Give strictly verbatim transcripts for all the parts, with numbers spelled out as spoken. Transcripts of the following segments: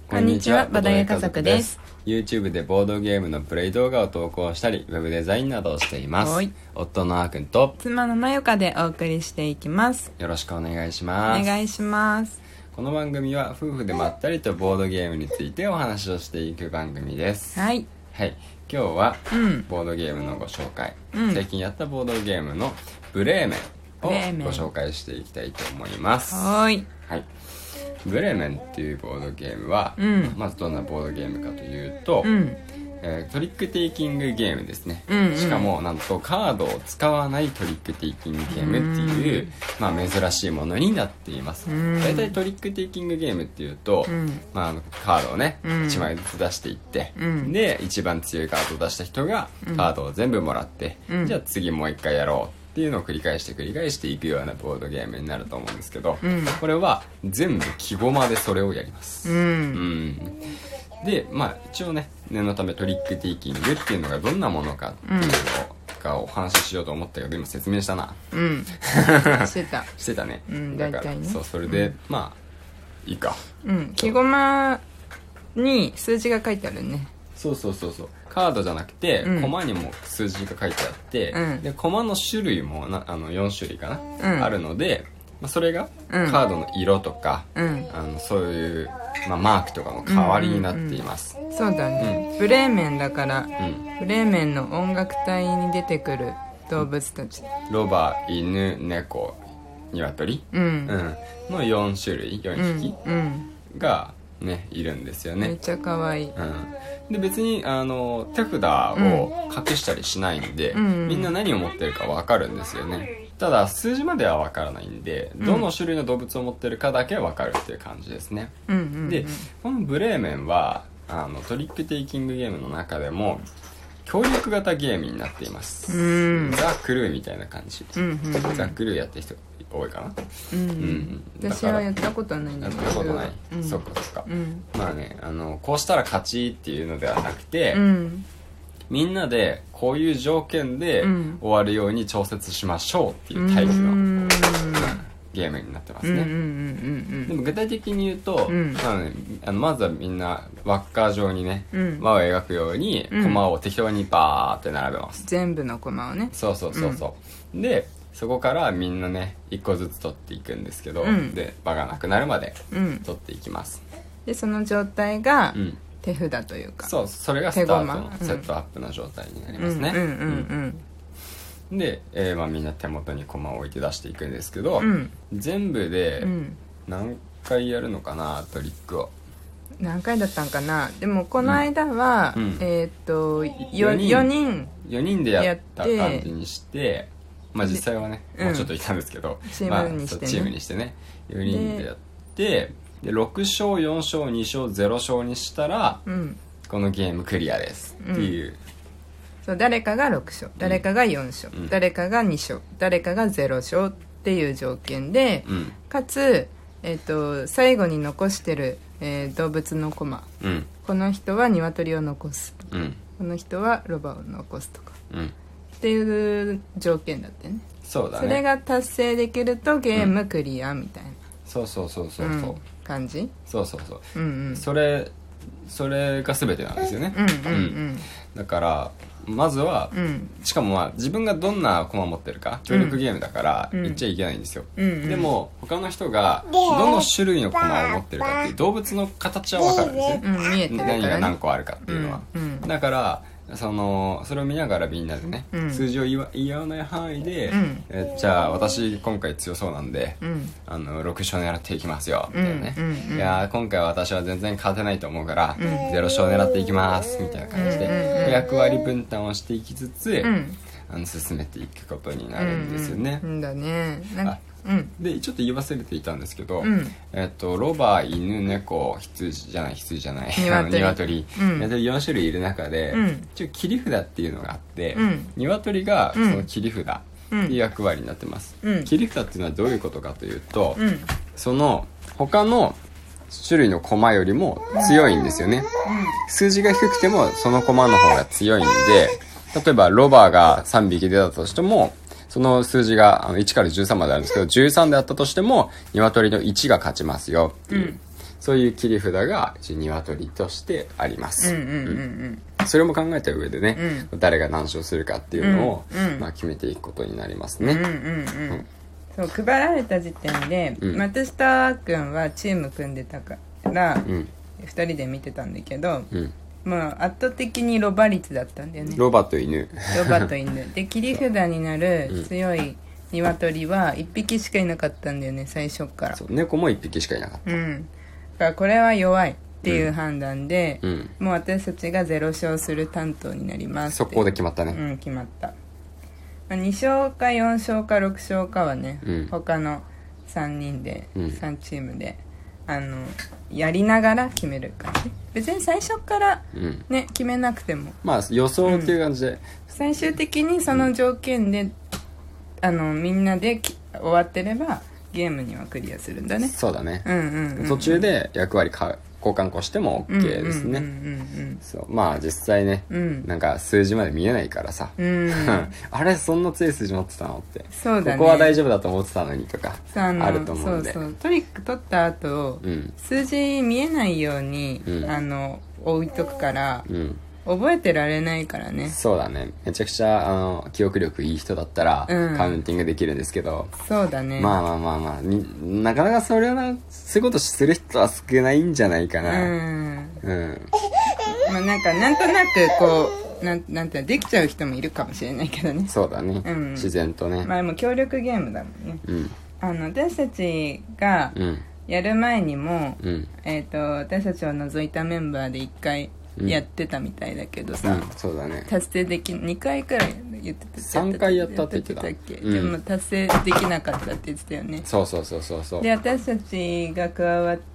こんにちは、ボドゲ家族です。 YouTube でボードゲームのプレイ動画を投稿したり、ウェブデザインなどをしています。夫のあーくんと妻のまゆかでお送りしていきます。 よろしくお願いします。 お願いします。 この番組は夫婦でまったりとボードゲームについてお話をしていく番組です。 はい、 はい、今日は、 うん、 ボードゲームのご紹介、 うん、 最近やったボードゲームのブレーメンをご紹介していきたいと思います。 はい、 はい、ブレーメンっていうボードゲームは、 うん、 まずどんなボードゲームかというと、 うん、 えー、トリックテイキングゲームですね、 うんうん、 しかもなんとカードを使わないトリックテイキングゲームっていう、うん、まあ、珍しいものになっています。だいたいトリックテイキングゲームっていうと、うん、まあ、カードをね、うん、いちまいずつ出していって、うん、で一番強いカードを出した人がカードを全部もらって、うん、じゃあ次もう一回やろうっていうのを繰り返して繰り返していくようなボードゲームになると思うんですけど、うん、これは全部記号までそれをやります、うんうん、でまあ一応ね、念のためトリックテイキングっていうのがどんなものかっていうのがお話ししようと思ったけど、今説明したな。 うんしてたしてたね、 うん、 だから、ね、そう、それで、うん、まあいいか、 うん、記号まに数字が書いてあるね。 そうそうそうそう、カードじゃなくて、うん、コマにも数字が書いてあって、うん、でコマの種類もなあのよん種類かな、うん、あるので、まあ、それがカードの色とか、うん、あのそういう、まあ、マークとかの代わりになっています、 うんうんうん、そうだね、うん、ブレーメンだから、うん、ブレーメンの音楽隊に出てくる動物たち、 ロバ、犬、猫、鶏、うんうん、のよん種類よんひきがね、いるんですよね。 めっちゃ可愛い、 うんで別にあの手札を隠したりしないんで、うん、みんな何を持ってるか分かるんですよね。ただ数字までは分からないんで、どの種類の動物を持ってるかだけ分かるっていう感じですね、うんうんうん、でこのブレーメンはあのトリックテイキングゲームの中でも協力型ゲームになっています、うん、ザ・クルーみたいな感じ、うんうんうん、ザ・クルーやってる人多いかな、うんうん、 私はやったことないんだけど。 やったことない、うん、そっかそっか、うん、まあね、あのこうしたら勝ちっていうのではなくて、うん、みんなでこういう条件で終わるように調節しましょうっていうタイプの、うん、ゲームになってますね。でも具体的に言うと、うんまあね、あのまずはみんな輪っか状にね、うん、輪を描くようにコマを適当にバーって並べます、 全部のコマをね。 そうそうそうそう、うん、でそこからみんなね一個ずつ取っていくんですけど、うん、で場がなくなるまで取っていきます、 うん、でその状態が手札というか、 うん、そう、それがスタートのセットアップの状態になりますね。で、えーまあ、みんな手元にコマを置いて出していくんですけど、うん、全部で何回やるのかな、トリックを何回だったんかな。でもこの間は、うん、えー、っと 4, 4 人よにんでやった感じにして、まあ実際はね、もうちょっといたんですけど、 チームにしてね、まあ、 チームにしてねよにんでやって、でろく勝よん勝に勝ゼロ勝にしたら、うん、このゲームクリアですっていう、うん、 そう、誰かがろく勝、誰かがよん勝、うん、誰かがに勝、誰かがゼロ勝っていう条件で、うん、かつ、えー、と最後に残してる、えー、動物のコマ、うん、この人は鶏を残す、うん、この人はロバを残すとか、うん、っていう条件だってね。 そうだね。 それが達成できるとゲームクリアみたいな、うん、 そうそうそうそうそう、うん、 感じ。 そうそうそう、うんうん、それそれが全てなんですよね。うんうんうんうん、だからまずは、うん、しかもまあ自分がどんなコマ持ってるか協力ゲームだから言っちゃいけないんですよ、うんうん、でも他の人がどの種類のコマを持ってるかっていう動物の形は分かるんですね、うん、見えてるからね、何が何個あるかっていうのは、うんうん、だからそのそれを見ながらみんなでね、うん、数字を言わ、言い合わない範囲で、うん、えじゃあ私今回強そうなんで、うん、あのろく勝狙っていきますよみたいなね、うんうんうん、いや今回は私は全然勝てないと思うから、うん、ゼロ勝狙っていきますみたいな感じで、うんうん、役割分担をしていきつつ、うん、あの進めていくことになるんですよね、 うんうん、だね。 あうん、でちょっと言い忘れていたんですけど、うん、えっと、ロバ、犬、猫、羊じゃない羊じゃない鶏、うん、鶏よん種類いる中で、うん、一応切り札っていうのがあって、うん、鶏がその切り札っていう役割になってます、うん、切り札っていうのはどういうことかというと、うん、その他の種類の駒よりも強いんですよね、うん、数字が低くてもその駒の方が強いんで、例えばロバがさんびき出たとしてもその数字があのいちからじゅうさんまであるんですけど、じゅうさんであったとしても鶏のいちが勝ちますよっていう、うん、 そういう切り札が鶏としてあります、 うんうんうんうんそれも考えた上でね、 うん、 誰が何勝するかっていうのを、 うんうんまあ、決めていくことになりますね、 うんうんうんうん、そう配られた時点で、 うん、 松下君はチーム組んでたから、うん、ふたりで見てたんだけど、うん、もう圧倒的にロバ率だったんだよね。 ロバと犬ロバと犬で切り札になる強い鶏はいっぴきしかいなかったんだよね、最初から。 そう、猫もいっぴきしかいなかった、 うん、だからこれは弱いっていう判断で、うん、もう私たちがゼロ勝する担当になります。 速攻で決まったね。 うん、決まった、まあ、に勝かよん勝かろく勝かはね、うん、他のさんにんで、うん、さんチームであのやりながら決めるからね。別に最初からね、うん、決めなくてもまあ予想っていう感じで、うん、 最終的にその条件で、うん、あのみんなで終わってればゲームにはクリアするんだね。 そうだね、 うんうんうんうん、 途中で役割か交換こしても OK ですね。まあ実際ね、うん、なんか数字まで見えないからさ、うん、あれそんな強い数字持ってたのって、 そうだね、 ここは大丈夫だと思ってたのにとかあると思うんで、 そうそうトリック取った後、うん、数字見えないように、うん、あの置いとくから、うん、覚えてられないからね。 そうだね、めちゃくちゃあの記憶力いい人だったら、うん、カウンティングできるんですけど、 そうだね、 まあまあまあまあになかなかそれはなそういうことする人は少ないんじゃないかな。うん、うん、 まあなんかなんとなくこうなんなんてできちゃう人もいるかもしれないけどね。 そうだね、うん、自然とね。 まあでも協力ゲームだもんね、うん、あの私たちがやる前にも、うん、えーと私たちを除いたメンバーでいっかいやってたみたいだけどさ、うん、 そうだね、 達成できにかいくらい言ってた。 さんかいやったって言ってたっけ、うん、でも達成できなかったって言ってたよね。 そうそうそうそうそう。 で私たちが加わって、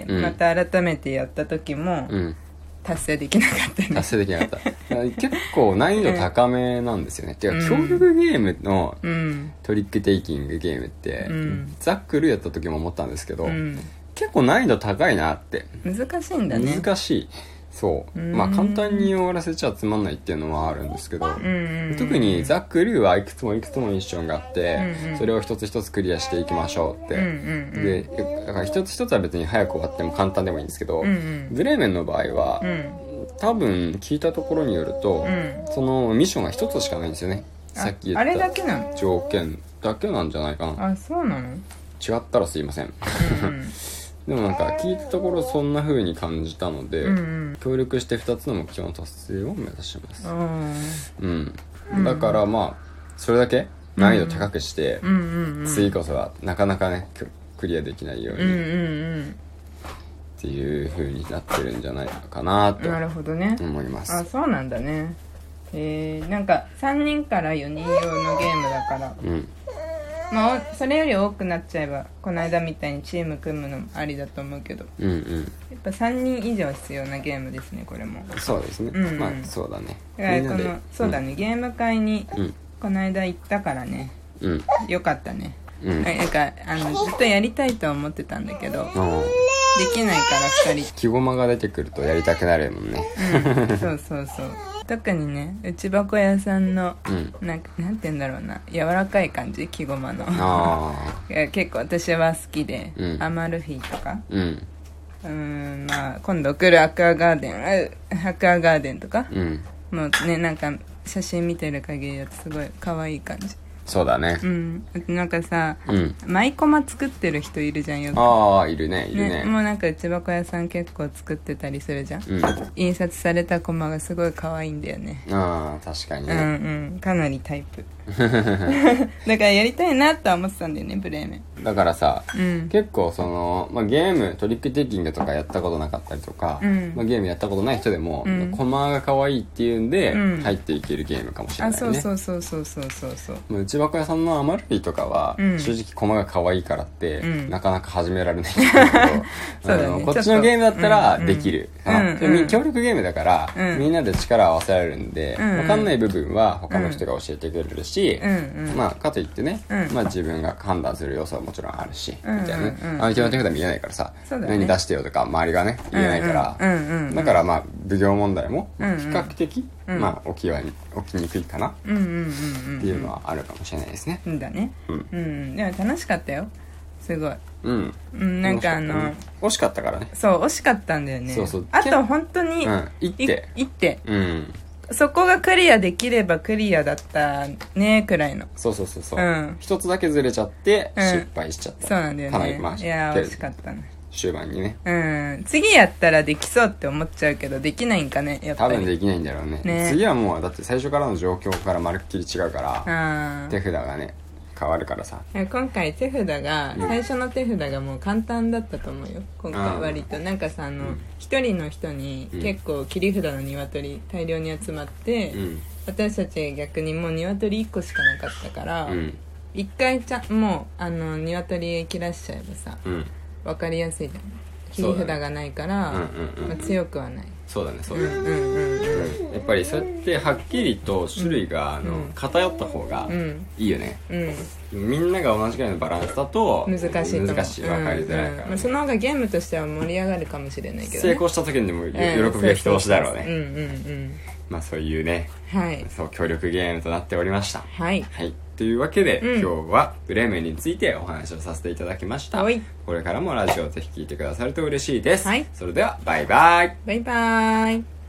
うん、また改めてやった時も、うん、達成できなかったね。 達成できなかった結構難易度高めなんですよね、うん、てか協力ゲームのトリックテイキングゲームって、うん、ザックルやった時も思ったんですけど、うん、結構難易度高いなって。 難しいんだね。 難しい。そう、まあ簡単に終わらせちゃつまんないっていうのはあるんですけど、特にザ・クルーはいくつもいくつもミッションがあって、うんうん、それを一つ一つクリアしていきましょうって、うんうんうん、でだから一つ一つは別に早く終わっても簡単でもいいんですけど、うんうん、ブレーメンの場合は、うん、多分聞いたところによると、うん、そのミッションが一つしかないんですよね。さっき言った条件だけなんじゃないかな。 あ、そうなの？ 違ったらすいません、うんうんでもなんか聞いたところそんな風に感じたので、うんうん、協力してふたつの目標の達成を目指します。うん、だからまあそれだけ難易度高くして、うんうんうん、次こそはなかなかねクリアできないように、うんうんうん、っていう風になってるんじゃないかなと思います。 なるほどね。あ、そうなんだね。えー、なんかさんにんからよにん用のゲームだから、うんまあ、それより多くなっちゃえばこの間みたいにチーム組むのもありだと思うけど、うんうん、やっぱさんにん以上必要なゲームですねこれも。 そうですね、うんうん、まあそうだね。 だからこのそうだね、うん、ゲーム会にこの間行ったからね、うん、よかったね、うん、なんかあのずっとやりたいとは思ってたんだけど、できないからふたり木駒が出てくるとやりたくなるもんね、 うん、そうそうそう。特にね内箱屋さんの、うん、なんかなんて言うんだろうな、柔らかい感じ木駒のあ結構私は好きで、うん、アマルフィとか、うん、うーんまあ今度来るアクアガーデンアクアガーデンとか、うん、もうねなんか写真見てる限りだとすごい可愛い感じ。 そうだね、 うん、なんかさ、うん、マイコマ作ってる人いるじゃんよく。 ああいるねいる ね, ねもうなんか内箱屋さん結構作ってたりするじゃん、うん、印刷されたコマがすごい可愛いんだよね。 ああ確かにね、 うんうんかなりタイプだからやりたいなとは思ってたんだよねブレーメン。 だからさ、うん、結構その、まあ、ゲームトリックテイキングとかやったことなかったりとか、うんまあ、ゲームやったことない人でも、うん、コマが可愛いっていうんで、うん、入っていけるゲームかもしれないね。あそうそうそうそうそうそうそう。 内箱屋さんのアマルフィとかは、うん、正直コマが可愛いからって、うん、なかなか始められないんだけどそうだ、ね、こっちのゲームだったらできる、うんうんうん、協力ゲームだから、うん、みんなで力を合わせられるんで、うん、分かんない部分は他の人が教えてくれるし、うんうん、まあかといってね、うんまあ、自分が判断する要素はもちろんあるし、うん、みたいなね、うんうんうん、相手の手札見えないからさ、ね、何出してよとか周りがね言えないから、うんうんうんうん、だからまあ奉行問題も比較的、うんうん、まあ起きは起きにくいかなっていうのはあるかもしれないですね。 うんだね、うんうん、でも楽しかったよ。 すごい。 うん、 うん、なんかあの惜しかったからね。 そう惜しかったんだよね。 そうそう、 あと本当に、 うん、一手一手、 うん、 そこがクリアできればクリアだったねくらいの。 そうそうそうそう、 うん、 一つだけずれちゃって失敗しちゃった、 うん、そうなんだよね。 まあ、 いや惜しかったね、 終盤にね。 うん、次やったらできそうって思っちゃうけどできないんかね、やっぱり。 多分できないんだろう ね, ね。次はもうだって最初からの状況からまるっきり違うから、手札がね変わるからさ。 今回手札が、うん、最初の手札がもう簡単だったと思うよ今回。割となんかさ、あの一、うん、人の人に結構切り札の鶏大量に集まって、うん、私たち逆にもう鶏いっこしかなかったから、うん、一回ちゃもうあの鶏切らしちゃえばさ、うん、分かりやすいじゃん。切り札がないから、まあ、強くはない。 そうだねそうだね、うんうんうんうん、やっぱりそうやってはっきりと種類が、うん、あの偏った方がいいよね、うん、みんなが同じぐらいのバランスだと難しいと難しい、分かりづらいから、ね、うんうん、まあ、 その方がゲームとしては盛り上がるかもしれないけど、ね、 成功した時にでも喜びが人押しだろうね。 うんうんうん、 まあそういうね、 はい、 そう協力ゲームとなっておりました。 はい、 はい、というわけで、うん、今日はブレーメンについてお話をさせていただきました。これからもラジオをぜひ聞いてくださると嬉しいです、はい、それではバイバイ。 バイバイ。